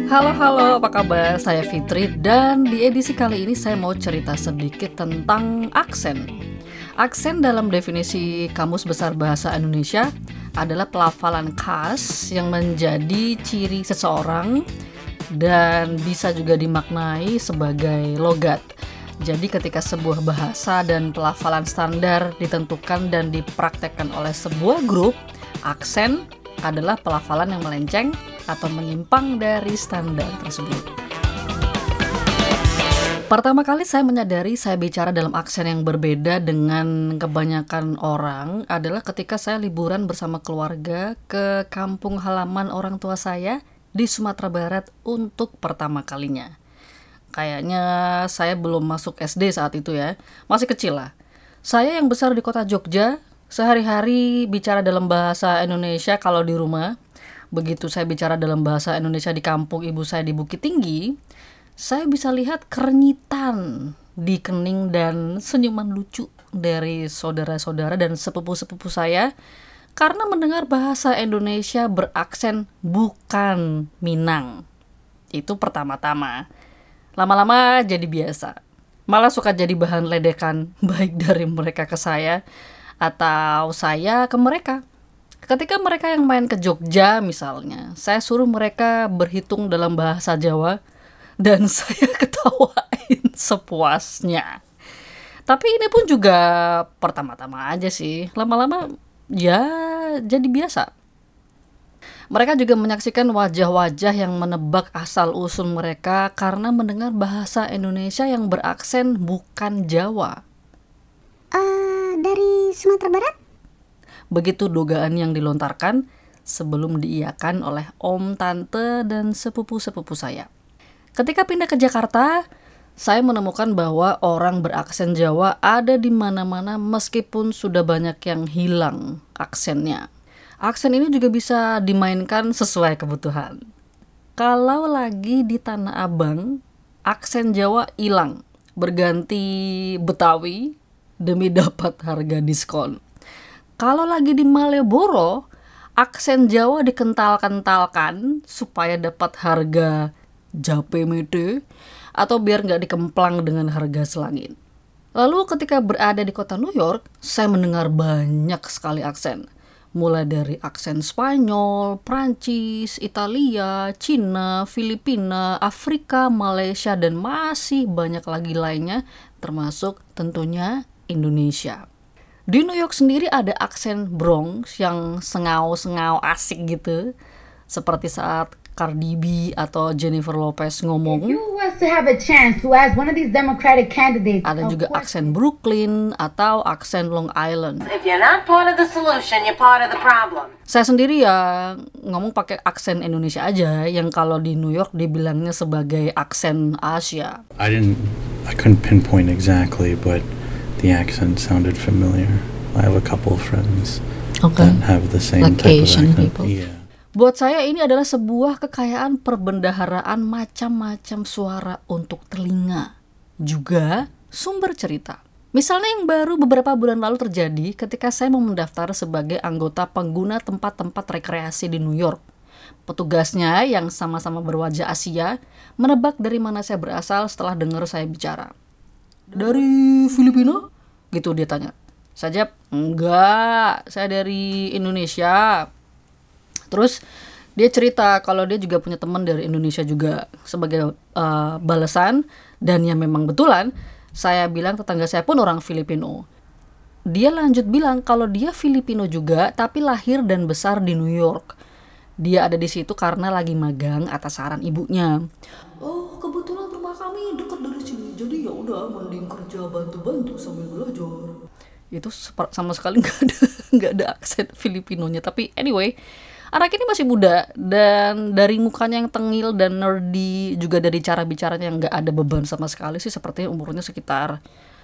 Halo, apa kabar? Saya Fitri dan di edisi kali ini saya mau cerita sedikit tentang aksen. Aksen dalam definisi Kamus Besar Bahasa Indonesia adalah pelafalan khas yang menjadi ciri seseorang dan bisa juga dimaknai sebagai logat. Jadi ketika sebuah bahasa dan pelafalan standar ditentukan dan dipraktekkan oleh sebuah grup, aksen adalah pelafalan yang melenceng atau menyimpang dari standar tersebut. Pertama kali saya menyadari saya bicara dalam aksen yang berbeda dengan kebanyakan orang adalah ketika saya liburan bersama keluarga ke kampung halaman orang tua saya di Sumatera Barat untuk pertama kalinya. Kayaknya saya belum masuk SD saat itu ya, masih kecil lah. Saya yang besar di kota Jogja, sehari-hari bicara dalam bahasa Indonesia kalau di rumah. Begitu saya bicara dalam bahasa Indonesia di kampung ibu saya di Bukit Tinggi, saya bisa lihat kerenyitan di kening dan senyuman lucu dari saudara-saudara dan sepupu-sepupu saya karena mendengar bahasa Indonesia beraksen bukan Minang. Itu pertama-tama. Lama-lama jadi biasa. Malah suka jadi bahan ledekan baik dari mereka ke saya atau saya ke mereka. Ketika mereka yang main ke Jogja misalnya, saya suruh mereka berhitung dalam bahasa Jawa dan saya ketawain sepuasnya. Tapi ini pun juga pertama-tama aja sih. Lama-lama ya jadi biasa. Mereka juga menyaksikan wajah-wajah yang menebak asal-usul mereka karena mendengar bahasa Indonesia yang beraksen bukan Jawa. Dari Sumatera Barat? Begitu dugaan yang dilontarkan sebelum diiyakan oleh om, tante, dan sepupu-sepupu saya. Ketika pindah ke Jakarta, saya menemukan bahwa orang beraksen Jawa ada di mana-mana meskipun sudah banyak yang hilang aksennya. Aksen ini juga bisa dimainkan sesuai kebutuhan. Kalau lagi di Tanah Abang, aksen Jawa hilang, berganti Betawi demi dapat harga diskon. Kalau lagi di Malioboro, aksen Jawa dikental-kentalkan supaya dapat harga jape mete atau biar nggak dikemplang dengan harga selangit. Lalu ketika berada di kota New York, saya mendengar banyak sekali aksen. Mulai dari aksen Spanyol, Prancis, Italia, Cina, Filipina, Afrika, Malaysia, dan masih banyak lagi lainnya, termasuk tentunya Indonesia. Di New York sendiri ada aksen Bronx yang sengau-sengau asik gitu. Seperti saat Cardi B atau Jennifer Lopez ngomong. Ada juga aksen Brooklyn atau aksen Long Island. Saya sendiri ya ngomong pakai aksen Indonesia aja yang kalau di New York dibilangnya sebagai aksen Asia. I couldn't pinpoint exactly, but the accent sounded familiar. I have a couple of friends that have the same like type Asian of accent. people. Yeah. Buat saya ini adalah sebuah kekayaan perbendaharaan macam-macam suara untuk telinga. Juga sumber cerita. Misalnya yang baru beberapa bulan lalu terjadi ketika saya mau mendaftar sebagai anggota pengguna tempat-tempat rekreasi di New York. Petugasnya yang sama-sama berwajah Asia menebak dari mana saya berasal setelah dengar saya bicara. Dari Filipina? Gitu dia tanya. Saya jawab, enggak, saya dari Indonesia. Terus dia cerita kalau dia juga punya teman dari Indonesia juga sebagai balasan. Dan ya memang betulan, saya bilang tetangga saya pun orang Filipino. Dia lanjut bilang kalau dia Filipino juga tapi lahir dan besar di New York. Dia ada di situ karena lagi magang atas saran ibunya. Oh, kebetulan rumah kami dekat dari sini, jadi ya udah mending kerja bantu-bantu sambil belajar. Itu sama sekali nggak ada aksen Filipinonya. Tapi anyway, anak ini masih muda dan dari mukanya yang tengil dan nerdy, juga dari cara bicaranya yang nggak ada beban sama sekali sih, sepertinya umurnya sekitar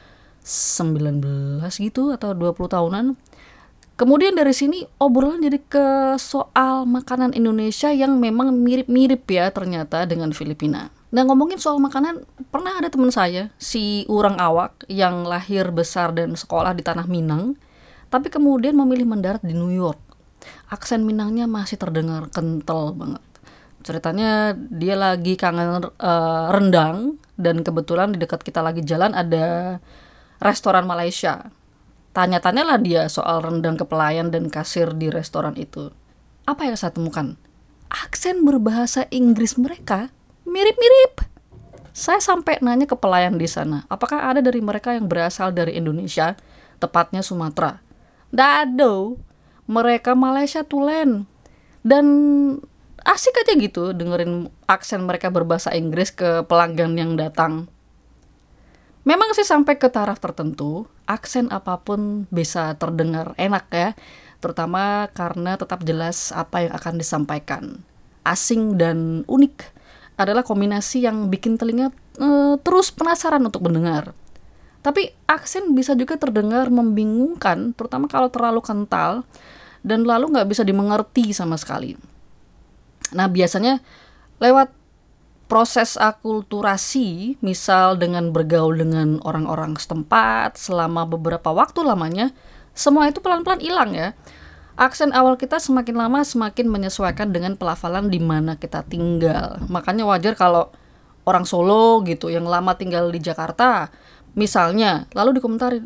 19 gitu atau 20 tahunan. Kemudian dari sini obrolan jadi ke soal makanan Indonesia yang memang mirip-mirip ya ternyata dengan Filipina. Nah, ngomongin soal makanan, pernah ada teman saya, si Urang Awak yang lahir besar dan sekolah di Tanah Minang, tapi kemudian memilih mendarat di New York. Aksen Minangnya masih terdengar kental banget. Ceritanya dia lagi kangen rendang, dan kebetulan di dekat kita lagi jalan ada restoran Malaysia. Tanya-tanyalah dia soal rendang ke pelayan dan kasir di restoran itu. Apa yang saya temukan? Aksen berbahasa Inggris mereka mirip-mirip. Saya sampai nanya ke pelayan di sana, apakah ada dari mereka yang berasal dari Indonesia, tepatnya Sumatera. Dado, mereka Malaysia tulen. Dan asik aja gitu dengerin aksen mereka berbahasa Inggris ke pelanggan yang datang. Memang sih sampai ke taraf tertentu, aksen apapun bisa terdengar enak ya, terutama karena tetap jelas apa yang akan disampaikan. Asing dan unik adalah kombinasi yang bikin telinga terus penasaran untuk mendengar. Tapi aksen bisa juga terdengar membingungkan, terutama kalau terlalu kental dan lalu nggak bisa dimengerti sama sekali. Nah, biasanya lewat proses akulturasi, misal dengan bergaul dengan orang-orang setempat selama beberapa waktu lamanya, semua itu pelan-pelan hilang ya. Aksen awal kita semakin lama semakin menyesuaikan dengan pelafalan di mana kita tinggal. Makanya wajar kalau orang Solo gitu yang lama tinggal di Jakarta, misalnya, lalu dikomentarin,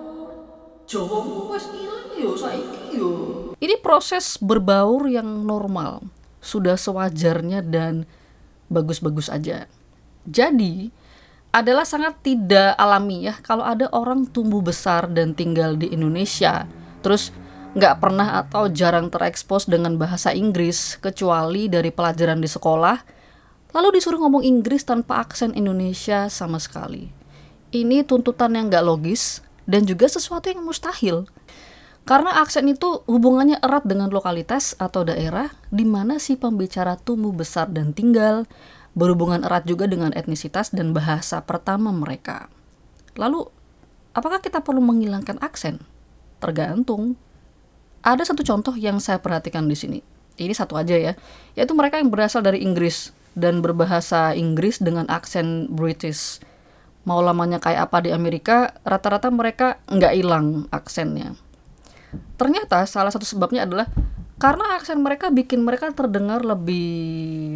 Jawamu wis ilang yo saiki yo. Ini proses berbaur yang normal, sudah sewajarnya dan bagus-bagus aja. Jadi, adalah sangat tidak alami ya kalau ada orang tumbuh besar dan tinggal di Indonesia, terus nggak pernah atau jarang terekspos dengan bahasa Inggris kecuali dari pelajaran di sekolah, lalu disuruh ngomong Inggris tanpa aksen Indonesia sama sekali. Ini tuntutan yang nggak logis dan juga sesuatu yang mustahil. Karena aksen itu hubungannya erat dengan lokalitas atau daerah di mana si pembicara tumbuh besar dan tinggal, berhubungan erat juga dengan etnisitas dan bahasa pertama mereka. Lalu, apakah kita perlu menghilangkan aksen? Tergantung. Ada satu contoh yang saya perhatikan di sini. Ini satu aja ya, yaitu mereka yang berasal dari Inggris dan berbahasa Inggris dengan aksen British. Mau lamanya kayak apa di Amerika, rata-rata mereka nggak hilang aksennya. Ternyata salah satu sebabnya adalah karena aksen mereka bikin mereka terdengar lebih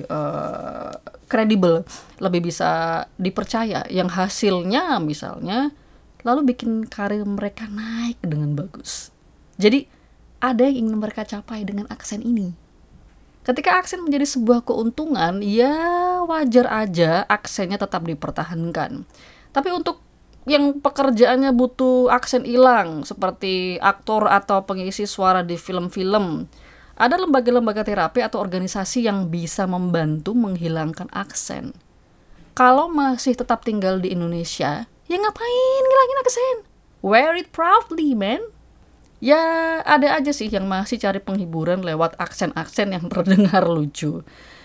kredibel, lebih bisa dipercaya, yang hasilnya misalnya lalu bikin karir mereka naik dengan bagus. Jadi ada yang ingin mereka capai dengan aksen ini. Ketika aksen menjadi sebuah keuntungan, ya wajar aja aksennya tetap dipertahankan. Tapi untuk yang pekerjaannya butuh aksen hilang, seperti aktor atau pengisi suara di film-film, ada lembaga-lembaga terapi atau organisasi yang bisa membantu menghilangkan aksen. Kalau masih tetap tinggal di Indonesia, ya ngapain ngilangin aksen? Wear it proudly, man. Ya ada aja sih yang masih cari penghiburan lewat aksen-aksen yang terdengar lucu.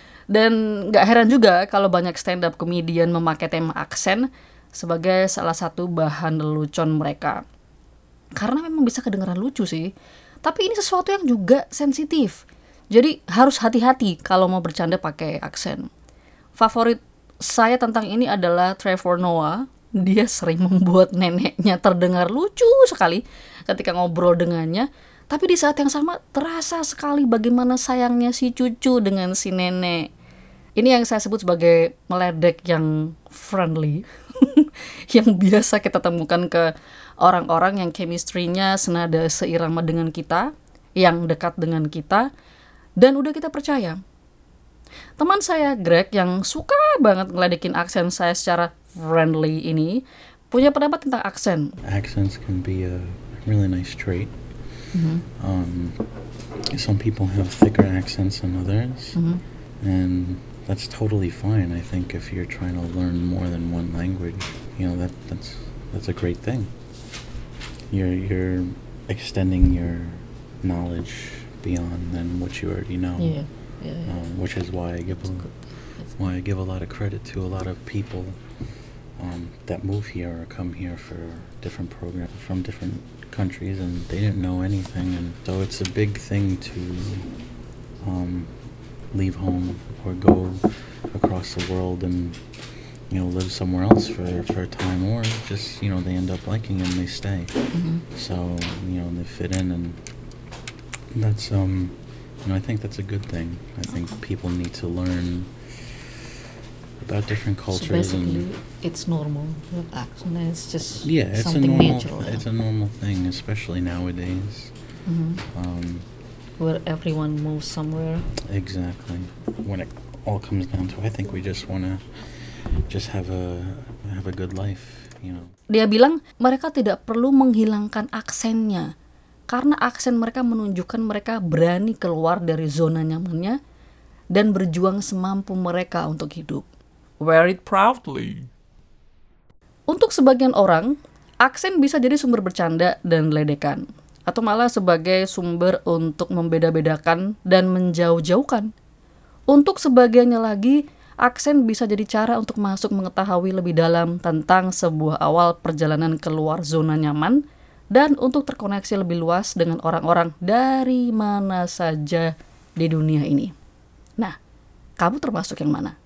Dan gak heran juga kalau banyak stand-up comedian memakai tema aksen sebagai salah satu bahan lelucon mereka. Karena memang bisa kedengaran lucu sih. Tapi ini sesuatu yang juga sensitif. Jadi harus hati-hati kalau mau bercanda pakai aksen. Favorit saya tentang ini adalah Trevor Noah. Dia sering membuat neneknya terdengar lucu sekali ketika ngobrol dengannya. Tapi di saat yang sama terasa sekali bagaimana sayangnya si cucu dengan si nenek. Ini yang saya sebut sebagai meledek yang friendly. Yang biasa kita temukan ke orang-orang yang chemistry-nya senada seirama dengan kita, yang dekat dengan kita, dan udah kita percaya. Teman saya Greg yang suka banget ngeledekin aksen saya secara friendly ini punya pendapat tentang aksen. Accents can be a really nice trait. Some people have thicker accents than others, and that's totally fine. I think if you're trying to learn more than one language, you know, that's a great thing. You're extending your knowledge beyond than what you already know. Yeah. Which is why I give a lot of credit to a lot of people that move here or come here for different programs from different countries, and they didn't know anything, and so it's a big thing to leave home or go across the world and, you know, live somewhere else for a time, or just, you know, they end up liking it and they stay. So, you know, they fit in, and that's And I think that's a good thing. I think people need to learn about different So cultures basically, and it's normal with accent. It's just yeah, it's a something normal natural. it's a normal thing, especially nowadays. Mhm. Where everyone moves somewhere. Exactly. When it all comes down to, I think we just want to just have a good life, you know. Dia bilang mereka tidak perlu menghilangkan aksennya karena aksen mereka menunjukkan mereka berani keluar dari zona nyamannya dan berjuang semampu mereka untuk hidup. Wear it proudly. Untuk sebagian orang, aksen bisa jadi sumber bercanda dan ledekan, atau malah sebagai sumber untuk membeda-bedakan dan menjauh-jauhkan. Untuk sebagiannya lagi, aksen bisa jadi cara untuk masuk mengetahui lebih dalam tentang sebuah awal perjalanan keluar zona nyaman dan untuk terkoneksi lebih luas dengan orang-orang dari mana saja di dunia ini. Nah, kamu termasuk yang mana?